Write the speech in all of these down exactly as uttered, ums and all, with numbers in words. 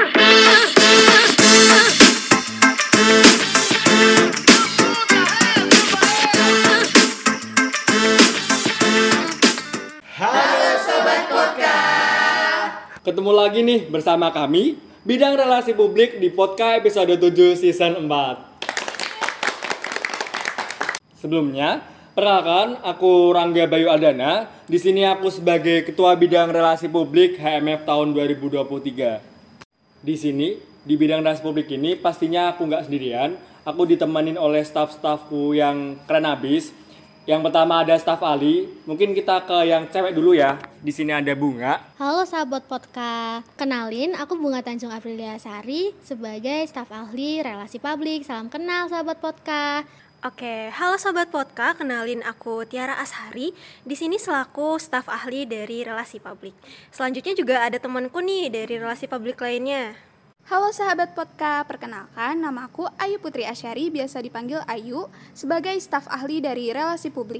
Ketemu lagi nih bersama kami Bidang Relasi Publik di Podcast episode tujuh season empat. Sebelumnya, perkenalkan aku Rangga Bayu Adana. Di sini aku sebagai Ketua Bidang Relasi Publik H M F tahun dua ribu dua puluh tiga. Di sini, di bidang relasi publik ini pastinya aku nggak sendirian. Aku ditemenin oleh staf-stafku yang keren abis. Yang pertama ada staf ahli. Mungkin kita ke yang cewek dulu ya. Di sini ada Bunga. Halo sahabat podcast. Kenalin, aku Bunga Tanjung Aprilia Sari sebagai staf ahli relasi publik. Salam kenal sahabat podcast. Oke, halo sobat podcast. Kenalin aku Tiara Ashari. Di sini selaku staf ahli dari relasi publik. Selanjutnya juga ada temanku nih dari relasi publik lainnya. Halo sahabat podcast, perkenalkan nama aku Ayu Putri Asyari, biasa dipanggil Ayu, sebagai staf ahli dari relasi publik.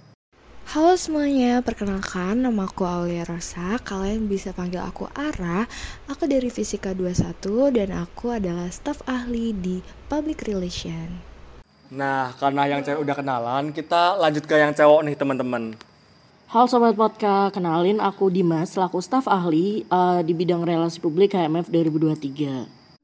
Halo semuanya, perkenalkan nama aku Aulia Rosa, kalian bisa panggil aku Ara. Aku dari Fisika dua puluh satu dan aku adalah staf ahli di Public Relation. Nah, karena yang cewek udah kenalan, kita lanjut ke yang cowok nih teman-teman. Halo Sobat Podcast, kenalin aku Dimas, selaku staf ahli uh, di bidang relasi publik H M F dua ribu dua puluh tiga.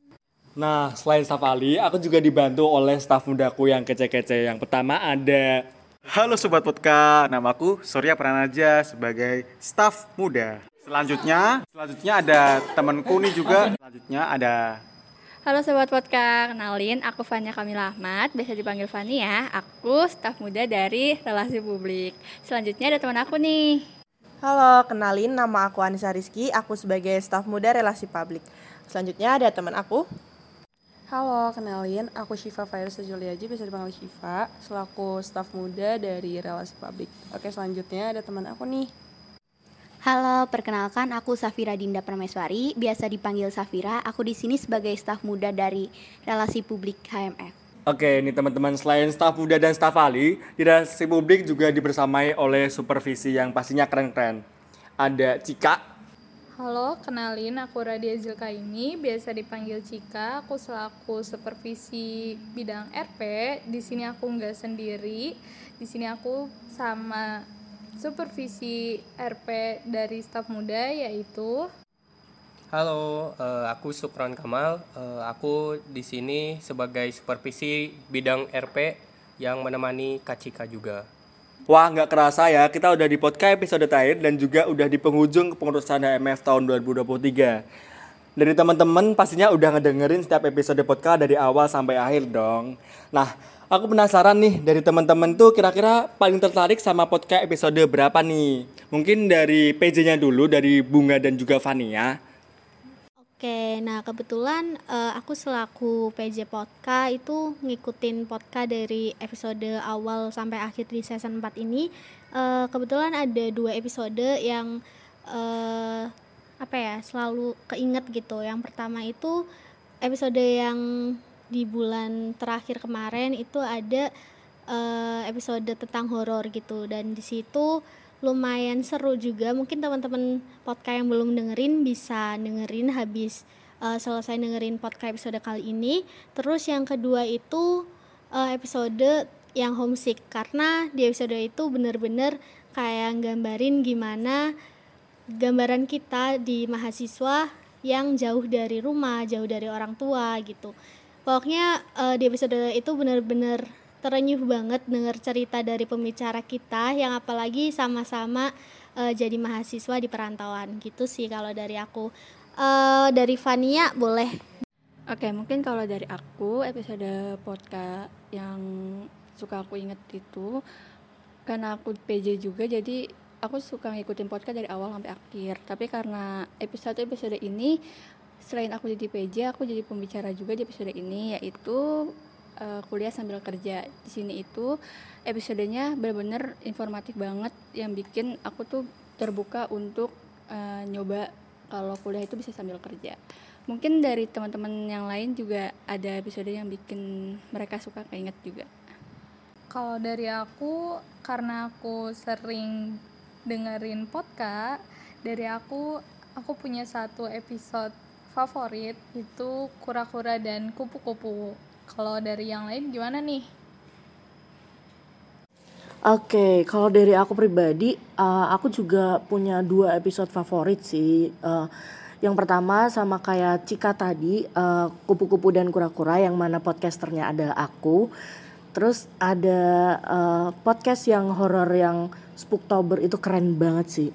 Nah, selain staf ahli, aku juga dibantu oleh staf mudaku yang kece-kece. Yang pertama ada... Halo Sobat Podcast, namaku Surya Pranaja sebagai staf muda. Selanjutnya, selanjutnya ada temanku nih juga. Selanjutnya ada... Halo Sobat Podcast, kenalin aku Fania Kamila Ahmad, biasa dipanggil Fani ya. Aku staf muda dari relasi publik. Selanjutnya ada teman aku nih. Halo, kenalin nama aku Anissa Rizky, aku sebagai staf muda relasi publik. Selanjutnya ada teman aku. Halo, kenalin aku Syifa Fairsa Juliaji, bisa dipanggil Syifa, selaku staf muda dari relasi publik. Oke, selanjutnya ada teman aku nih. Halo, perkenalkan aku Safira Dinda Permeswari, biasa dipanggil Safira. Aku di sini sebagai staf muda dari relasi publik H M F. Oke, ini teman-teman, selain staf muda dan staf ahli, di relasi publik juga dibersamai oleh supervisi yang pastinya keren-keren. Ada Cika. Halo, kenalin aku Radia Zilkaini, biasa dipanggil Cika. Aku selaku supervisi bidang R P. Di sini aku nggak sendiri. Di sini aku sama supervisi R P dari staf muda yaitu. Halo, uh, aku Supran Kamal. Uh, aku di sini sebagai supervisi bidang R P yang menemani Kak Cika juga. Wah, nggak kerasa ya, kita udah di podcast episode terakhir dan juga udah di penghujung kepengurusan H M F tahun dua ribu dua puluh tiga. Dari teman-teman pastinya udah ngedengerin setiap episode podcast dari awal sampai akhir dong. Nah, aku penasaran nih dari teman-teman tuh kira-kira paling tertarik sama podcast episode berapa nih? Mungkin dari P J-nya dulu, dari Bunga dan juga Fania. Oke, nah kebetulan uh, aku selaku P J Podcast itu ngikutin podcast dari episode awal sampai akhir di season empat ini. Uh, kebetulan ada dua episode yang uh, apa ya selalu keinget gitu. Yang pertama itu episode yang di bulan terakhir kemarin itu ada uh, episode tentang horor gitu, dan di situ lumayan seru juga. Mungkin teman-teman podcast yang belum dengerin bisa dengerin habis uh, selesai dengerin podcast episode kali ini. Terus yang kedua itu uh, episode yang homesick, karena di episode itu benar-benar kayak gambarin gimana gambaran kita di mahasiswa yang jauh dari rumah, jauh dari orang tua gitu. Pokoknya uh, di episode itu benar-benar terenyuh banget denger cerita dari pembicara kita yang apalagi sama-sama uh, jadi mahasiswa di perantauan gitu sih kalau dari aku. Uh, dari Fania boleh. Oke, mungkin kalau dari aku episode podcast yang suka aku inget itu karena aku P J juga, jadi aku suka ngikutin podcast dari awal sampai akhir. Tapi karena episode-episode ini selain aku jadi P J, aku jadi pembicara juga di episode ini, yaitu Uh, kuliah sambil kerja. Di sini itu episodenya benar-benar informatif banget yang bikin aku tuh terbuka untuk uh, nyoba kalau kuliah itu bisa sambil kerja. Mungkin dari teman-teman yang lain juga ada episode yang bikin mereka suka keinget juga. Kalau dari aku, karena aku sering dengerin podcast, dari aku aku punya satu episode favorit itu kura-kura dan kupu-kupu. Kalau dari yang lain gimana nih? Oke, kalau dari aku pribadi, uh, aku juga punya dua episode favorit sih. Uh, yang pertama sama kayak Cika tadi, uh, kupu-kupu dan kura-kura, yang mana podcasternya adalah aku. Terus ada uh, podcast yang horor yang Spooktober, itu keren banget sih.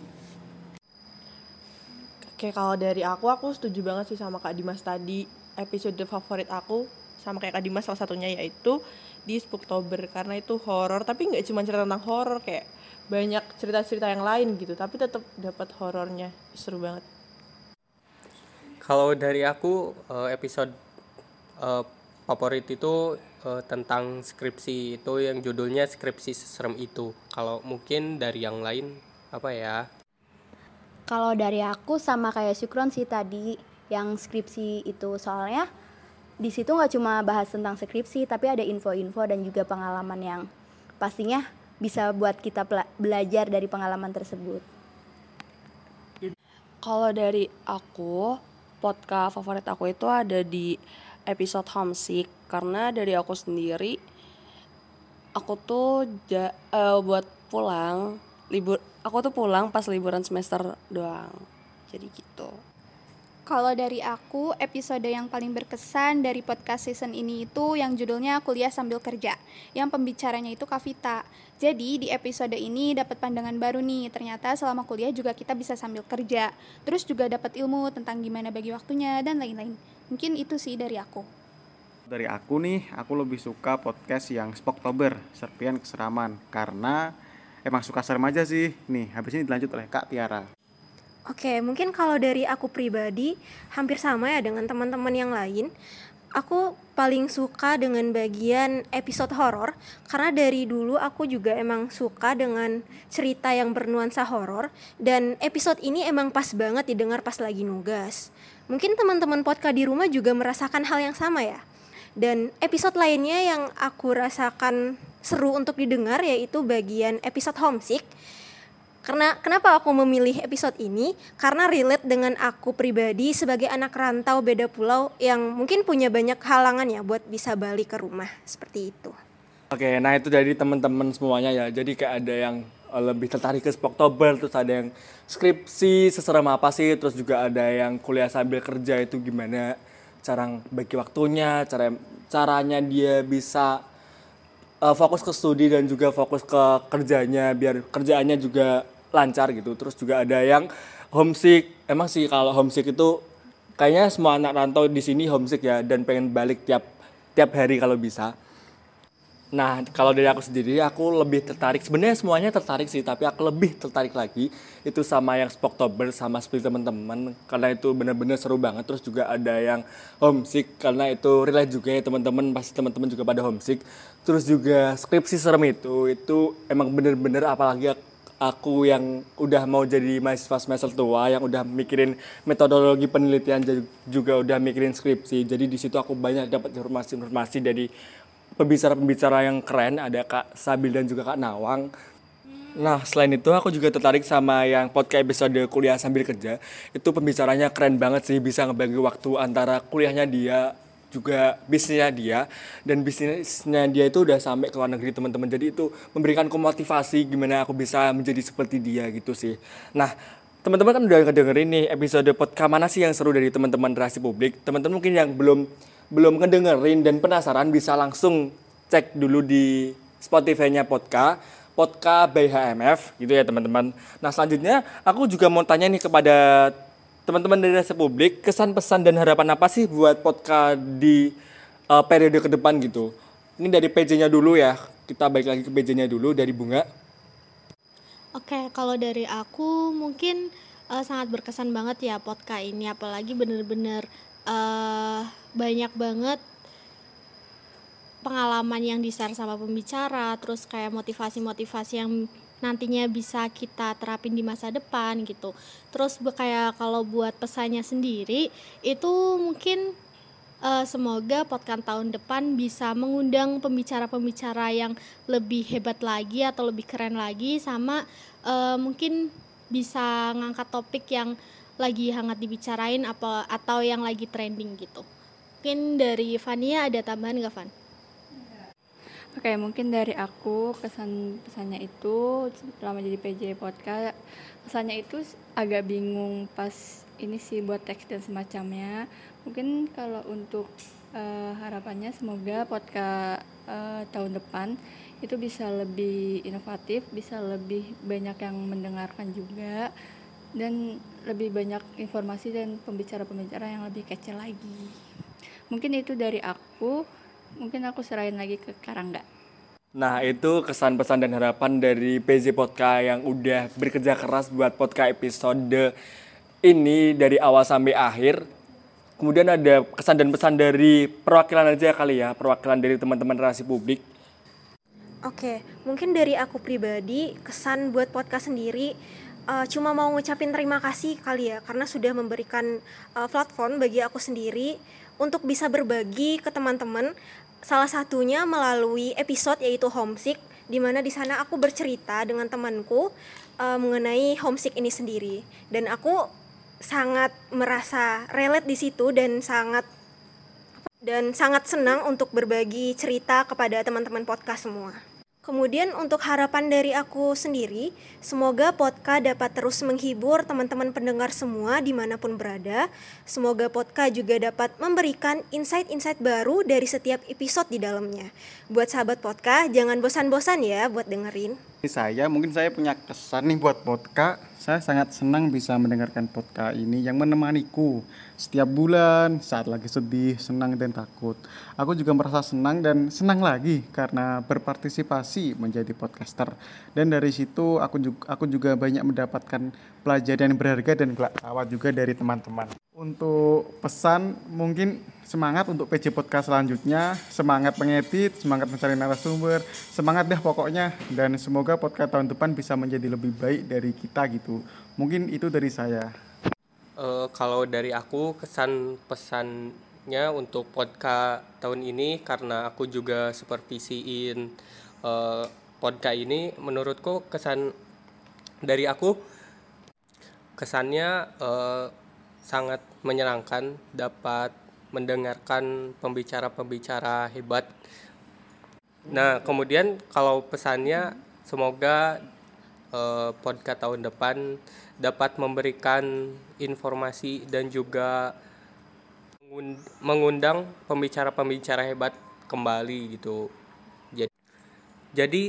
Oke, kalau dari aku, aku setuju banget sih sama Kak Dimas tadi. Episode favorit aku sama kayak Kak Dimas salah satunya yaitu di Spooktober, karena itu horor, tapi nggak cuma cerita tentang horor, kayak banyak cerita-cerita yang lain gitu, tapi tetap dapat horornya, seru banget. Kalau dari aku episode uh, favorit itu uh, tentang skripsi, itu yang judulnya Skripsi Seserem Itu. Kalau mungkin dari yang lain apa ya? Kalau dari aku sama kayak Syukron sih tadi, yang skripsi itu, soalnya di situ nggak cuma bahas tentang skripsi, tapi ada info-info dan juga pengalaman yang pastinya bisa buat kita pela- belajar dari pengalaman tersebut. Kalau dari aku, podcast favorit aku itu ada di episode Homesick, karena dari aku sendiri, aku tuh ja, uh, buat pulang libur, aku tuh pulang pas liburan semester doang, jadi gitu. Kalau dari aku, episode yang paling berkesan dari podcast season ini itu yang judulnya Kuliah Sambil Kerja, yang pembicaranya itu Kak Vita. Jadi di episode ini dapat pandangan baru nih, ternyata selama kuliah juga kita bisa sambil kerja. Terus juga dapat ilmu tentang gimana bagi waktunya dan lain-lain. Mungkin itu sih dari aku. Dari aku nih, aku lebih suka podcast yang Spooktober, Serpian Keseraman, karena emang suka serem aja sih. Nih, habis ini dilanjut oleh Kak Tiara. Oke, mungkin kalau dari aku pribadi hampir sama ya dengan teman-teman yang lain. Aku paling suka dengan bagian episode horor, karena dari dulu aku juga emang suka dengan cerita yang bernuansa horor, dan episode ini emang pas banget didengar pas lagi nugas. Mungkin teman-teman podcast di rumah juga merasakan hal yang sama ya. Dan episode lainnya yang aku rasakan seru untuk didengar yaitu bagian episode Homesick. Karena kenapa aku memilih episode ini? Karena relate dengan aku pribadi sebagai anak rantau beda pulau yang mungkin punya banyak halangan ya buat bisa balik ke rumah, seperti itu. Oke, nah itu dari teman-teman semuanya ya. Jadi kayak ada yang lebih tertarik ke Spooktober, terus ada yang skripsi seserem apa sih, terus juga ada yang kuliah sambil kerja itu gimana cara bagi waktunya, cara caranya dia bisa uh, fokus ke studi dan juga fokus ke kerjanya biar kerjaannya juga lancar gitu. Terus juga ada yang homesick. Emang sih kalau homesick itu kayaknya semua anak rantau di sini homesick ya dan pengen balik tiap tiap hari kalau bisa. Nah, kalau dari aku sendiri aku lebih tertarik, sebenarnya semuanya tertarik sih, tapi aku lebih tertarik lagi itu sama yang Spooktober sama seperti teman-teman karena itu benar-benar seru banget. Terus juga ada yang homesick karena itu relate juga ya teman-teman, pasti teman-teman juga pada homesick. Terus juga skripsi serem itu itu emang benar-benar, apalagi aku yang udah mau jadi mahasiswa semester tua yang udah mikirin metodologi penelitian juga udah mikirin skripsi. Jadi di situ aku banyak dapat informasi-informasi dari pembicara-pembicara yang keren, ada Kak Sabil dan juga Kak Nawang. Nah, selain itu aku juga tertarik sama yang podcast episode Kuliah Sambil Kerja. Itu pembicaranya keren banget sih, bisa ngebagi waktu antara kuliahnya dia, juga bisnisnya dia, dan bisnisnya dia itu udah sampai ke luar negeri teman-teman. Jadi itu memberikan motivasi gimana aku bisa menjadi seperti dia gitu sih. Nah, teman-teman kan udah ngedengerin nih episode podcast mana sih yang seru dari teman-teman Relasi Publik. Teman-teman mungkin yang belum belum ngedengerin dan penasaran bisa langsung cek dulu di Spotify-nya Podka, Podka by H M F gitu ya teman-teman. Nah, selanjutnya aku juga mau tanya nih kepada teman-teman dari Relasi Publik, kesan pesan dan harapan apa sih buat Podka di uh, periode ke depan gitu. Ini dari P J-nya dulu ya. Kita balik lagi ke P J-nya dulu dari Bunga. Oke, kalau dari aku mungkin uh, sangat berkesan banget ya Podka ini, apalagi bener-bener uh, banyak banget pengalaman yang di-share sama pembicara, terus kayak motivasi-motivasi yang nantinya bisa kita terapin di masa depan gitu. Terus kayak kalau buat pesannya sendiri itu mungkin uh, semoga podcast tahun depan bisa mengundang pembicara-pembicara yang lebih hebat lagi atau lebih keren lagi, sama uh, mungkin bisa ngangkat topik yang lagi hangat dibicarain apa atau yang lagi trending gitu. Mungkin dari Vania ada tambahan nggak, Van? Oke, mungkin dari aku kesan pesannya itu selama jadi P J Podcast, kesannya itu agak bingung pas ini sih buat teks dan semacamnya. Mungkin kalau untuk uh, harapannya semoga podcast uh, tahun depan itu bisa lebih inovatif, bisa lebih banyak yang mendengarkan juga, dan lebih banyak informasi dan pembicara-pembicara yang lebih kece lagi. Mungkin itu dari aku. Mungkin aku serahin lagi ke Karangga. Nah, itu kesan pesan dan harapan dari P J Podcast yang udah bekerja keras buat podcast episode ini dari awal sampai akhir. Kemudian ada kesan dan pesan dari perwakilan aja kali ya, perwakilan dari teman-teman relasi publik. Oke, mungkin dari aku pribadi, kesan buat podcast sendiri uh, cuma mau ngucapin terima kasih kali ya, karena sudah memberikan uh, platform bagi aku sendiri untuk bisa berbagi ke teman-teman. Salah satunya melalui episode yaitu Homesick, di mana di sana aku bercerita dengan temanku uh, mengenai homesick ini sendiri, dan aku sangat merasa relate di situ dan sangat dan sangat senang untuk berbagi cerita kepada teman-teman podcast semua. Kemudian untuk harapan dari aku sendiri, semoga podcast dapat terus menghibur teman-teman pendengar semua dimanapun berada. Semoga podcast juga dapat memberikan insight-insight baru dari setiap episode di dalamnya. Buat sahabat podcast, jangan bosan-bosan ya buat dengerin. Saya mungkin saya punya kesan nih buat podcast. Saya sangat senang bisa mendengarkan podcast ini yang menemaniku setiap bulan saat lagi sedih, senang dan takut. Aku juga merasa senang dan senang lagi karena berpartisipasi menjadi podcaster. Dan dari situ aku juga, aku juga banyak mendapatkan pelajaran yang berharga dan gelak tawa juga dari teman-teman. Untuk pesan mungkin semangat untuk P J Podcast selanjutnya, semangat mengedit, semangat mencari narasumber, semangat deh pokoknya, dan semoga podcast tahun depan bisa menjadi lebih baik dari kita gitu. Mungkin itu dari saya. Uh, kalau dari aku kesan pesannya untuk podcast tahun ini, karena aku juga supervisiin uh, podcast ini, menurutku kesan dari aku kesannya uh, sangat menyenangkan dapat mendengarkan pembicara-pembicara hebat. Nah, kemudian kalau pesannya semoga eh, podcast tahun depan dapat memberikan informasi dan juga mengundang pembicara-pembicara hebat kembali gitu. Jadi, jadi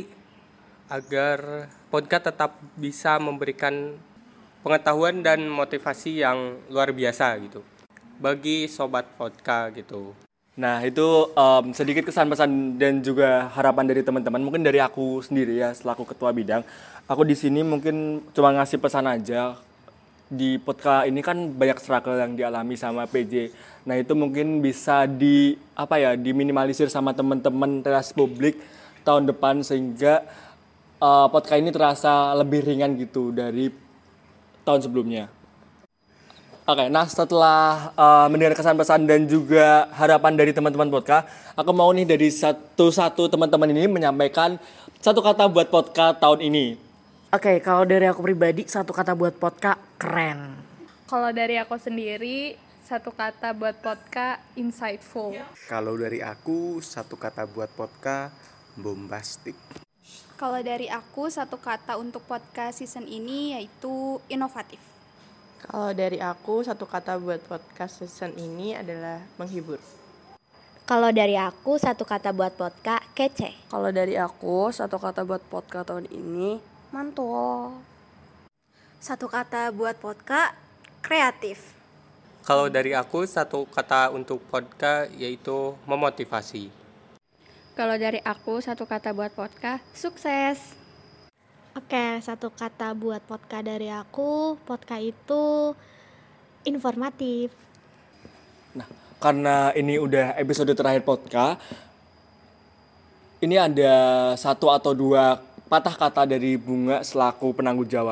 agar podcast tetap bisa memberikan pengetahuan dan motivasi yang luar biasa gitu bagi sobat podcast gitu. Nah, itu um, sedikit kesan pesan dan juga harapan dari teman-teman. Mungkin dari aku sendiri ya, selaku ketua bidang, aku di sini mungkin cuma ngasih pesan aja. Di podcast ini kan banyak struggle yang dialami sama P J. Nah, itu mungkin bisa di apa ya, diminimalisir sama teman-teman relasi publik tahun depan sehingga uh, podcast ini terasa lebih ringan gitu dari tahun sebelumnya. Oke, nah setelah uh, mendengar kesan pesan dan juga harapan dari teman-teman podcast, aku mau nih dari satu-satu teman-teman ini menyampaikan satu kata buat podcast tahun ini. Oke, kalau dari aku pribadi satu kata buat podcast keren. Kalau dari aku sendiri satu kata buat podcast insightful. Kalau dari aku satu kata buat podcast bombastic. Kalau dari aku satu kata untuk podcast season ini yaitu inovatif. Kalau dari aku satu kata buat podcast season ini adalah menghibur. Kalau dari aku satu kata buat podcast kece. Kalau dari aku satu kata buat podcast tahun ini mantul. Satu kata buat podcast kreatif. Kalau dari aku satu kata untuk podcast yaitu memotivasi. Kalau dari aku satu kata buat podcast sukses. Oke, satu kata buat podcast dari aku, podcast itu informatif. Nah, karena ini udah episode terakhir podcast, ini ada satu atau dua patah kata dari Bunga selaku penanggung jawab.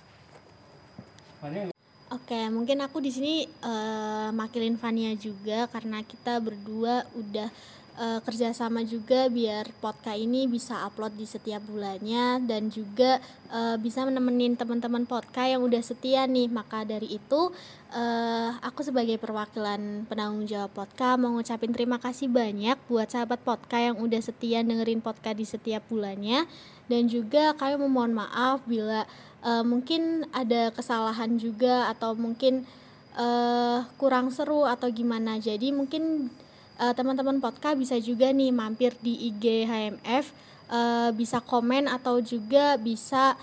Oke, mungkin aku di sini uh, makilin Vania juga karena kita berdua udah uh, kerjasama juga biar podcast ini bisa upload di setiap bulannya dan juga uh, bisa menemenin teman-teman podcast yang udah setia nih. Maka dari itu uh, aku sebagai perwakilan penanggung jawab podcast mau ngucapin terima kasih banyak buat sahabat podcast yang udah setia dengerin podcast di setiap bulannya, dan juga kami memohon maaf bila uh, mungkin ada kesalahan juga atau mungkin uh, kurang seru atau gimana. Jadi mungkin uh, teman-teman podcast bisa juga nih mampir di I G H M F, uh, bisa komen atau juga bisa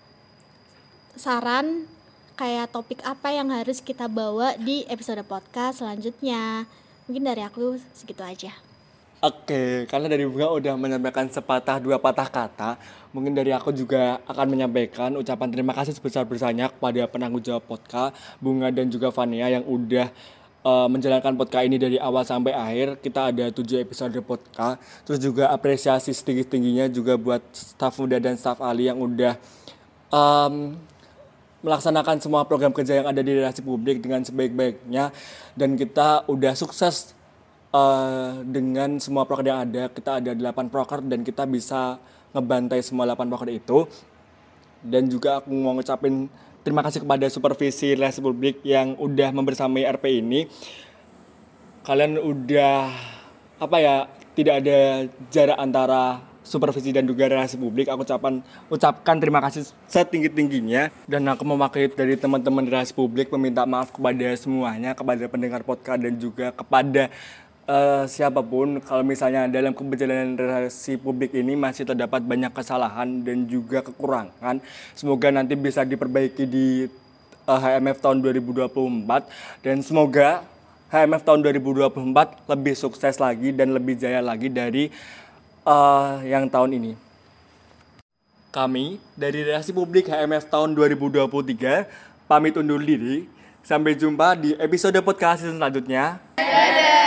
saran kayak topik apa yang harus kita bawa di episode podcast selanjutnya. Mungkin dari aku segitu aja. Oke, karena dari Bunga udah menyampaikan sepatah dua patah kata, mungkin dari aku juga akan menyampaikan ucapan terima kasih sebesar-besarnya kepada penanggung jawab podcast, Bunga dan juga Fania yang udah uh, menjalankan podcast ini dari awal sampai akhir. Kita ada tujuh episode podcast, terus juga apresiasi setinggi-tingginya juga buat staf muda dan staf ahli yang udah um, melaksanakan semua program kerja yang ada di relasi publik dengan sebaik-baiknya, dan kita udah sukses uh, dengan semua proker yang ada. Kita ada delapan proker dan kita bisa ngebantai semua delapan proker itu. Dan juga aku mau ngucapin terima kasih kepada supervisi relasi publik yang udah membersamai R P ini. Kalian udah apa ya, tidak ada jarak antara supervisi dan juga relasi publik. Aku ucapan, ucapkan terima kasih setinggi-tingginya. Dan aku mewakili dari teman-teman relasi publik meminta maaf kepada semuanya, kepada pendengar podcast dan juga kepada uh, siapapun kalau misalnya dalam keberjalanan relasi publik ini masih terdapat banyak kesalahan dan juga kekurangan. Semoga nanti bisa diperbaiki di uh, H M F tahun dua ribu dua puluh empat, dan semoga H M F tahun dua ribu dua puluh empat lebih sukses lagi dan lebih jaya lagi dari Uh, yang tahun ini. Kami dari Relasi Publik H M F tahun dua ribu dua puluh tiga pamit undur diri. Sampai jumpa di episode podcast selanjutnya. Dadah.